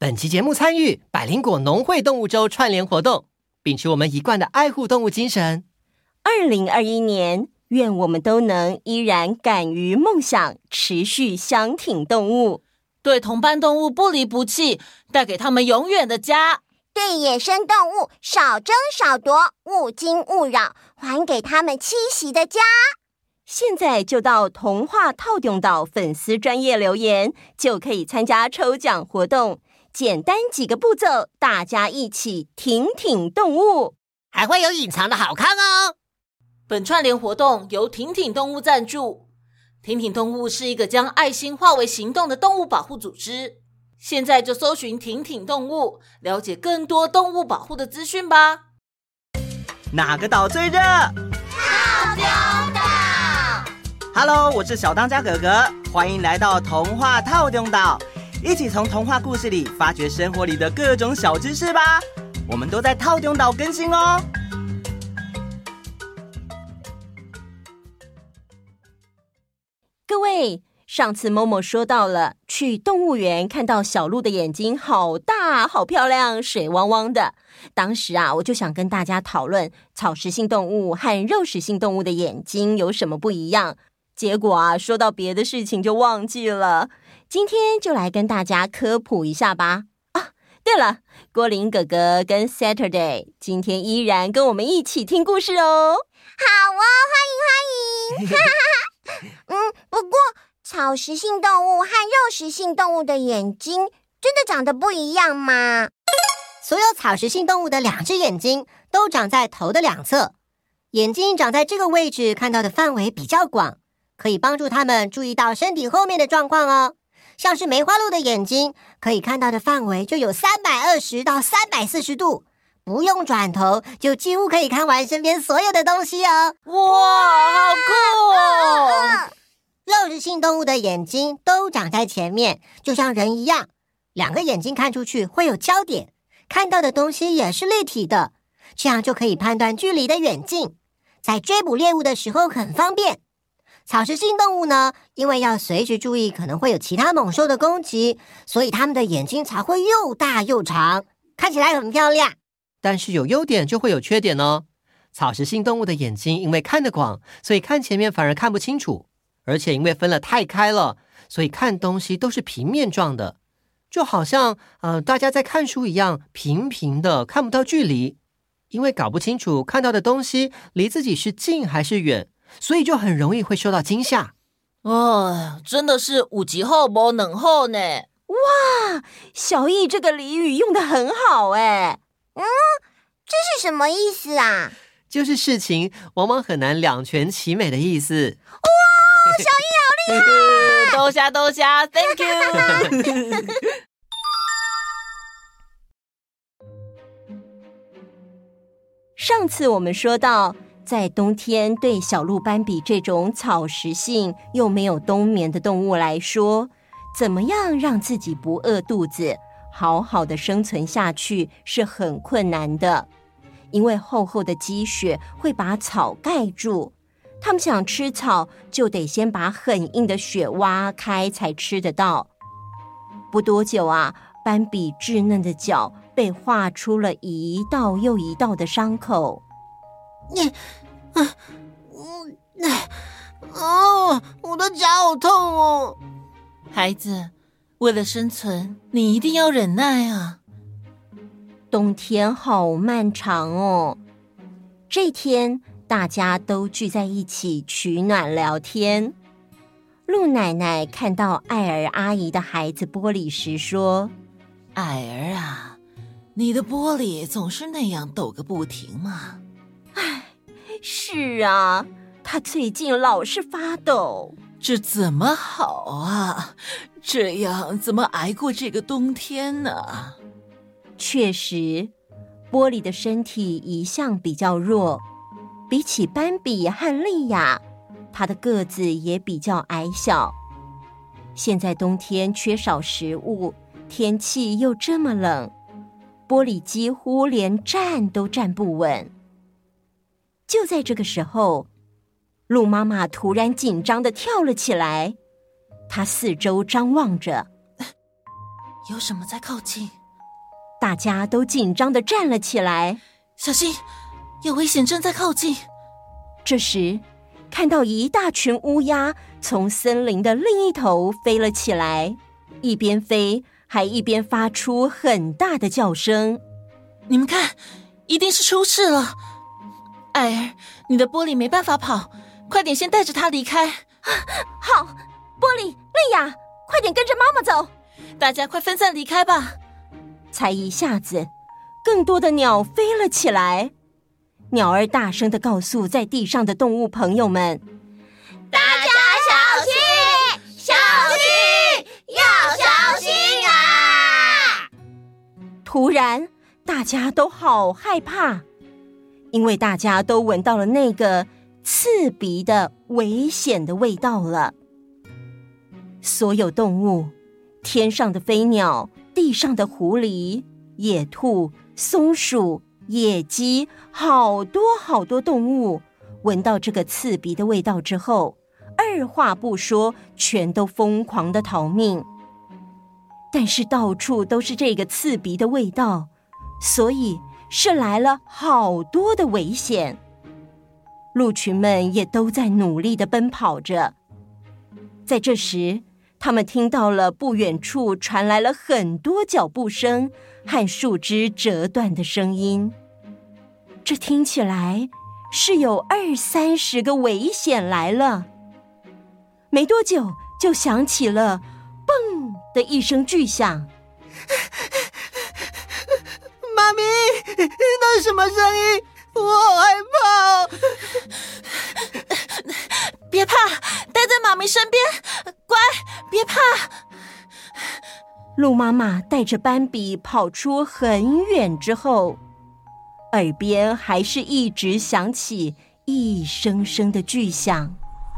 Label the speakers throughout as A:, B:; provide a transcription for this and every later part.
A: 本期节目参与百灵果农会动物周串联活动，秉持我们一贯的爱护动物精神。
B: 2021年，愿我们都能依然敢于梦想，持续相挺动物，
C: 对同伴动物不离不弃，带给他们永远的家。
D: 对野生动物少争少夺，勿惊勿扰，还给他们栖息的家。
B: 现在就到童话透中岛粉丝专页留言，就可以参加抽奖活动。简单几个步骤，大家一起挺挺动物，
A: 还会有隐藏的好看哦。
C: 本串联活动由挺挺动物赞助。挺挺动物是一个将爱心化为行动的动物保护组织。现在就搜寻挺挺动物，了解更多动物保护的资讯吧。
E: 哪个岛最热？
D: 套丢岛。
E: Hello， 我是小当家哥哥，欢迎来到童话套丢岛，一起从童话故事里发掘生活里的各种小知识吧。我们都在套丢岛更新哦。
B: 各位，上次Momo说到了去动物园看到小鹿的眼睛好大好漂亮，水汪汪的。当时我就想跟大家讨论草食性动物和肉食性动物的眼睛有什么不一样，结果说到别的事情就忘记了。今天就来跟大家科普一下吧。对了，郭林哥哥跟 Saturday 今天依然跟我们一起听故事哦。
D: 好哦，欢迎欢迎。不过草食性动物和肉食性动物的眼睛真的长得不一样吗？
F: 所有草食性动物的2只眼睛都长在头的2侧，眼睛长在这个位置，看到的范围比较广，可以帮助它们注意到身体后面的状况哦。像是梅花鹿的眼睛，可以看到的范围就有320到340度，不用转头就几乎可以看完身边所有的东西哦。
C: 哇，好酷哦！
F: 肉食性动物的眼睛都长在前面，就像人一样，2个眼睛看出去会有焦点，看到的东西也是立体的，这样就可以判断距离的远近，在追捕猎物的时候很方便。草食性动物呢，因为要随时注意可能会有其他猛兽的攻击，所以它们的眼睛才会又大又长，看起来很漂亮。
A: 但是有优点就会有缺点哦。草食性动物的眼睛因为看得广，所以看前面反而看不清楚，而且因为分了太开了，所以看东西都是平面状的，就好像大家在看书一样，平平的，看不到距离。因为搞不清楚看到的东西离自己是近还是远，所以就很容易会受到惊吓。
C: 真的是有一好没两好呢。
B: 哇，小易这个俚语用得很好哎。
D: 这是什么意思啊？
A: 就是事情往往很难两全其美的意思。
D: 哇，小易好厉害！
C: 多谢 ，Thank you 。
B: 上次我们说到，在冬天对小鹿斑比这种草食性又没有冬眠的动物来说，怎么样让自己不饿肚子，好好的生存下去是很困难的。因为厚厚的积雪会把草盖住，他们想吃草就得先把很硬的雪挖开才吃得到。不多久斑比稚嫩的脚被划出了一道又一道的伤口。
G: 我的脚好痛哦。
C: 孩子，为了生存，你一定要忍耐啊。
B: 冬天好漫长哦。这天大家都聚在一起取暖聊天。鹿奶奶看到艾儿阿姨的孩子玻璃时说：
C: 艾儿啊，你的玻璃总是那样抖个不停嘛。
B: 是啊，他最近老是发抖。
C: 这怎么好啊？这样怎么挨过这个冬天呢？
B: 确实，玻璃的身体一向比较弱，比起斑比和莉亚，他的个子也比较矮小。现在冬天缺少食物，天气又这么冷，玻璃几乎连站都站不稳。就在这个时候，鹿妈妈突然紧张地跳了起来，她四周张望着。
C: 有什么在靠近？
B: 大家都紧张地站了起来。
C: 小心，有危险正在靠近。
B: 这时，看到一大群乌鸦从森林的另一头飞了起来，一边飞还一边发出很大的叫声。
C: 你们看，一定是出事了。艾尔，你的玻璃没办法跑，快点先带着它离开。
B: 好，玻璃、莉亚，快点跟着妈妈走。
C: 大家快分散离开吧。
B: 才一下子，更多的鸟飞了起来。鸟儿大声地告诉在地上的动物朋友们：
D: 大家小心，小心，要小心啊！
B: 突然，大家都好害怕，因为大家都闻到了那个刺鼻的危险的味道了。所有动物，天上的飞鸟，地上的狐狸、野兔、松鼠、野鸡，好多好多动物，闻到这个刺鼻的味道之后，二话不说，全都疯狂地逃命。但是到处都是这个刺鼻的味道，所以是来了好多的危险。鹿群们也都在努力地奔跑着。在这时，他们听到了不远处传来了很多脚步声和树枝折断的声音。这听起来是有20-30个危险来了。没多久就响起了嘣的一声巨响。
G: 妈咪，那什么声音？我好害
C: 怕。别怕，待在妈咪身边，乖，别怕。
B: 鹿妈妈带着斑比跑出很远之后，耳边还是一直响起一声声的巨响。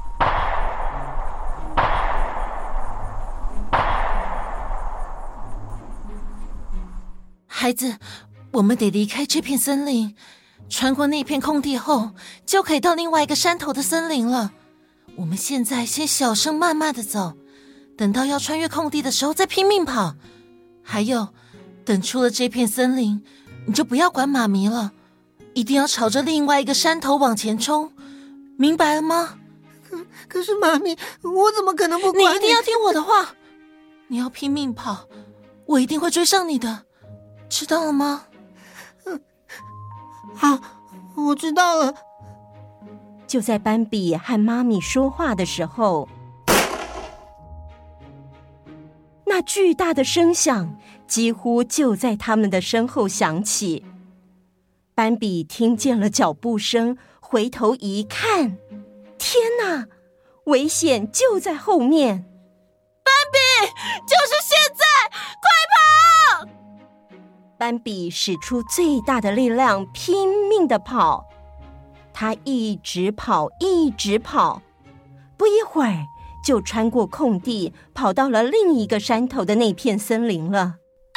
C: 孩子，我们得离开这片森林，穿过那片空地后，就可以到另外一个山头的森林了。我们现在先小声慢慢的走，等到要穿越空地的时候再拼命跑。还有，等出了这片森林，你就不要管妈咪了，一定要朝着另外一个山头往前冲，明白了吗？
G: 可是妈咪，我怎么可能不管你？
C: 你一定要听我的话，你要拼命跑，我一定会追上你的，知道了吗？
G: 好，我知道了。
B: 就在斑比和妈咪说话的时候，那巨大的声响几乎就在他们的身后响起。斑比听见了脚步声，回头一看，天哪，危险就在后面。
C: 斑比，就是现在，快跑！
B: 斑比使出最大的力量，拼命地跑。他一直跑，一直跑，不一会儿就穿过空地，跑到了另一个山头的那片森林了。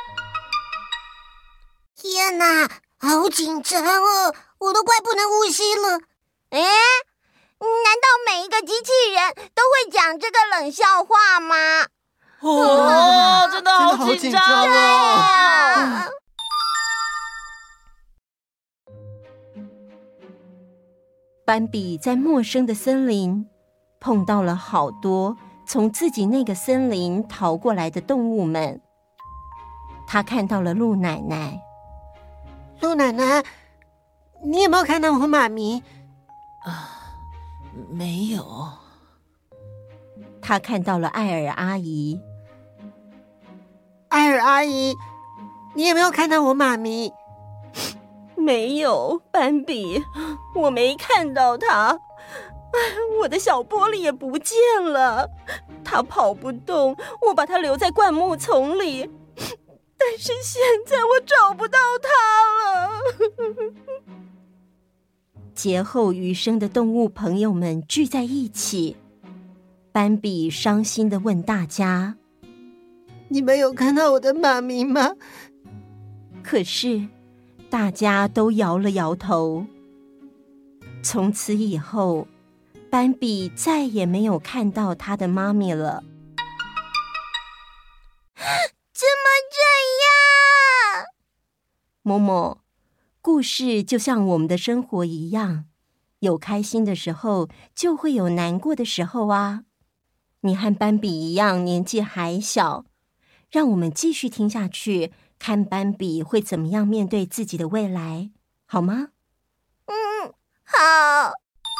F: 天哪，好紧张哦，我都快不能呼吸了。
D: 难道每一个机器人都会讲这个冷笑话吗？
C: 真的好紧张哦！
B: 斑比在陌生的森林碰到了好多从自己那个森林逃过来的动物们。他看到了鹿奶奶。
G: 鹿奶奶，你有没有看到我妈咪？
C: 没有。
B: 他看到了艾尔阿姨。
G: 艾尔阿姨，你有没有看到我妈咪？
B: 没有，斑比，我没看到她。我的小玻璃也不见了，她跑不动，我把她留在灌木丛里，但是现在我找不到她了。劫后余生的动物朋友们聚在一起，斑比伤心地问大家：
G: 你们有看到我的妈咪吗？
B: 可是大家都摇了摇头。从此以后，斑比再也没有看到他的妈咪了。
D: 怎么这样？
B: 某某，故事就像我们的生活一样，有开心的时候，就会有难过的时候啊。你和斑比一样，年纪还小，让我们继续听下去，看斑比会怎么样面对自己的未来，好吗？
D: 好。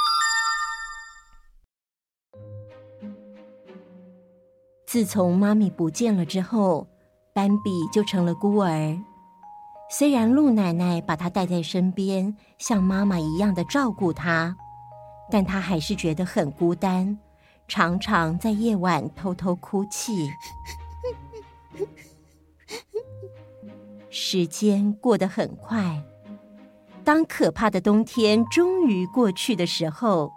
B: 自从妈咪不见了之后，斑比就成了孤儿。虽然鹿奶奶把他带在身边，像妈妈一样的照顾他，但他还是觉得很孤单，常常在夜晚偷偷哭泣。时间过得很快，当可怕的冬天终于过去的时候，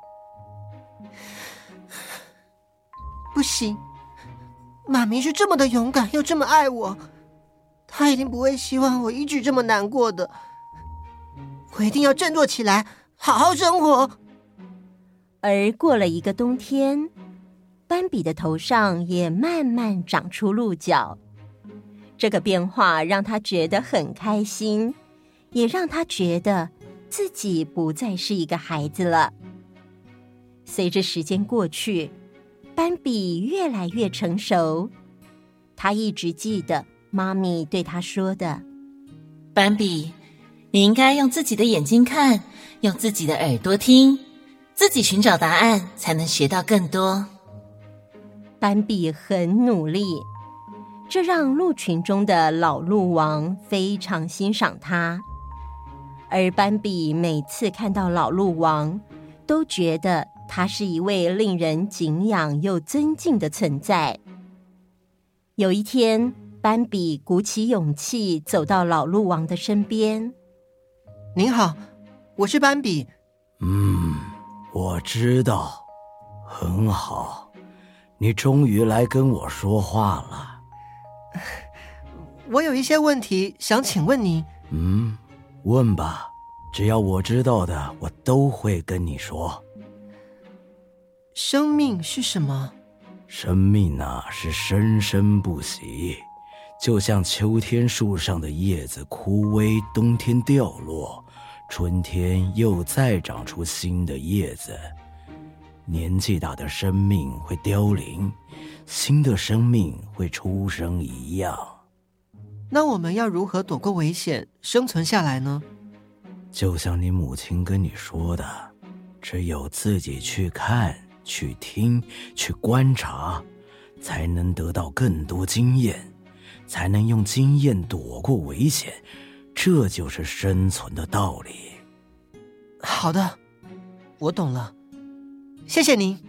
G: 不行，妈咪是这么的勇敢，又这么爱我，她一定不会希望我一直这么难过的。我一定要振作起来，好好生活。
B: 而过了一个冬天，斑比的头上也慢慢长出鹿角。这个变化让他觉得很开心，也让他觉得自己不再是一个孩子了。随着时间过去，斑比越来越成熟。他一直记得妈咪对他说的：
C: 斑比，你应该用自己的眼睛看，用自己的耳朵听，自己寻找答案，才能学到更多。
B: 斑比很努力，这让鹿群中的老鹿王非常欣赏他。而斑比每次看到老鹿王，都觉得他是一位令人敬仰又尊敬的存在。有一天，斑比鼓起勇气走到老鹿王的身边。
G: 您好，我是斑比。
H: 我知道，很好，你终于来跟我说话了。
G: 我有一些问题想请问你。
H: 问吧，只要我知道的，我都会跟你说。
G: 生命是什么？
H: 生命啊，是生生不息，就像秋天树上的叶子枯萎，冬天掉落，春天又再长出新的叶子。年纪大的生命会凋零，新的生命会出生一样。
G: 那我们要如何躲过危险，生存下来呢？
H: 就像你母亲跟你说的，只有自己去看、去听、去观察，才能得到更多经验，才能用经验躲过危险。这就是生存的道理。
G: 好的，我懂了，谢谢您。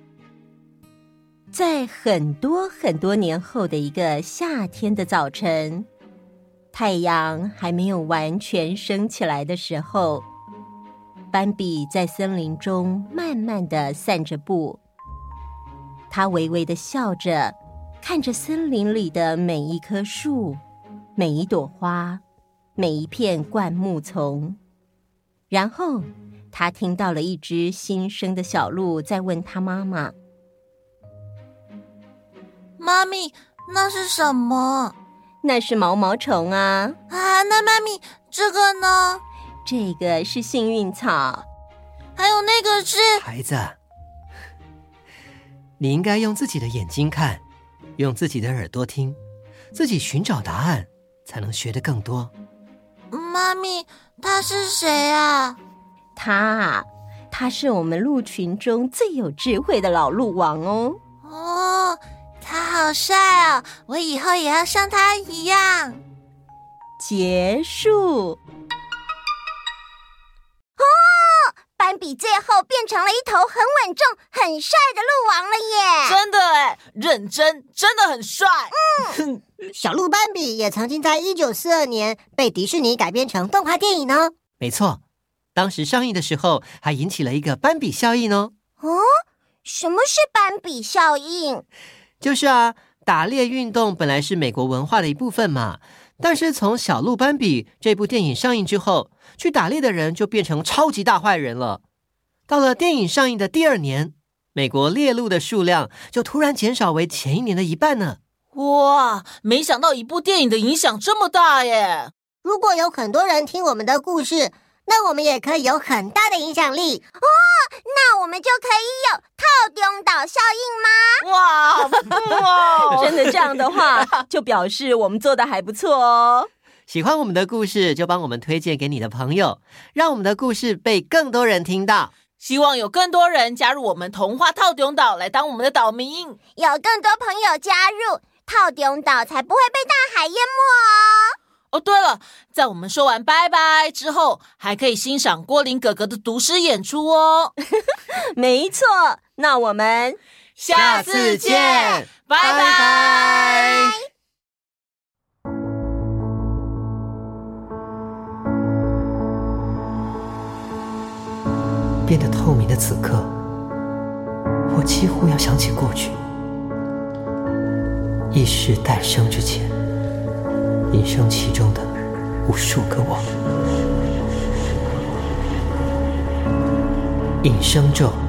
B: 在很多很多年后的一个夏天的早晨，太阳还没有完全升起来的时候，斑比在森林中慢慢地散着步。他微微地笑着，看着森林里的每一棵树，每一朵花，每一片灌木丛。然后他听到了一只新生的小鹿在问他妈妈：
D: 妈咪，那是什么？
B: 那是毛毛虫啊！
D: 那妈咪，这个呢？
B: 这个是幸运草。
D: 还有那个是……
G: 孩子，你应该用自己的眼睛看，用自己的耳朵听，自己寻找答案，才能学得更多。
D: 妈咪，他是谁啊？
B: 他是我们鹿群中最有智慧的老鹿王哦。
D: 他好帅哦！我以后也要像他一样。
B: 结束。
D: 斑比最后变成了一头很稳重、很帅的鹿王了耶！
C: 真的耶，认真，真的很帅。
F: 小鹿斑比也曾经在1942年被迪士尼改编成动画电影呢。
G: 没错，当时上映的时候还引起了一个斑比效应哦。
D: 什么是斑比效应？
G: 就是打猎运动本来是美国文化的一部分嘛，但是从小鹿斑比这部电影上映之后，去打猎的人就变成超级大坏人了。到了电影上映的第2年，美国猎鹿的数量就突然减少为前一年的一半呢。
C: 哇，没想到一部电影的影响这么大耶！
F: 如果有很多人听我们的故事，那我们也可以有很大的影响力
D: 哦。那我们就可以有透中岛效应吗？
C: 哇，
B: 真的这样的话，就表示我们做的还不错哦。
A: 喜欢我们的故事，就帮我们推荐给你的朋友，让我们的故事被更多人听到。
C: 希望有更多人加入我们童话透中岛来当我们的岛民，
D: 有更多朋友加入，透中岛才不会被大海淹没哦。
C: 哦，对了，在我们说完拜拜之后，还可以欣赏郭霖哥哥的读诗演出哦。
B: 没错，那我们
C: 下次见，拜拜。
A: 变得透明的此刻，我几乎要想起过去，意识诞生之前，隐生其中的无数个我。隐生咒。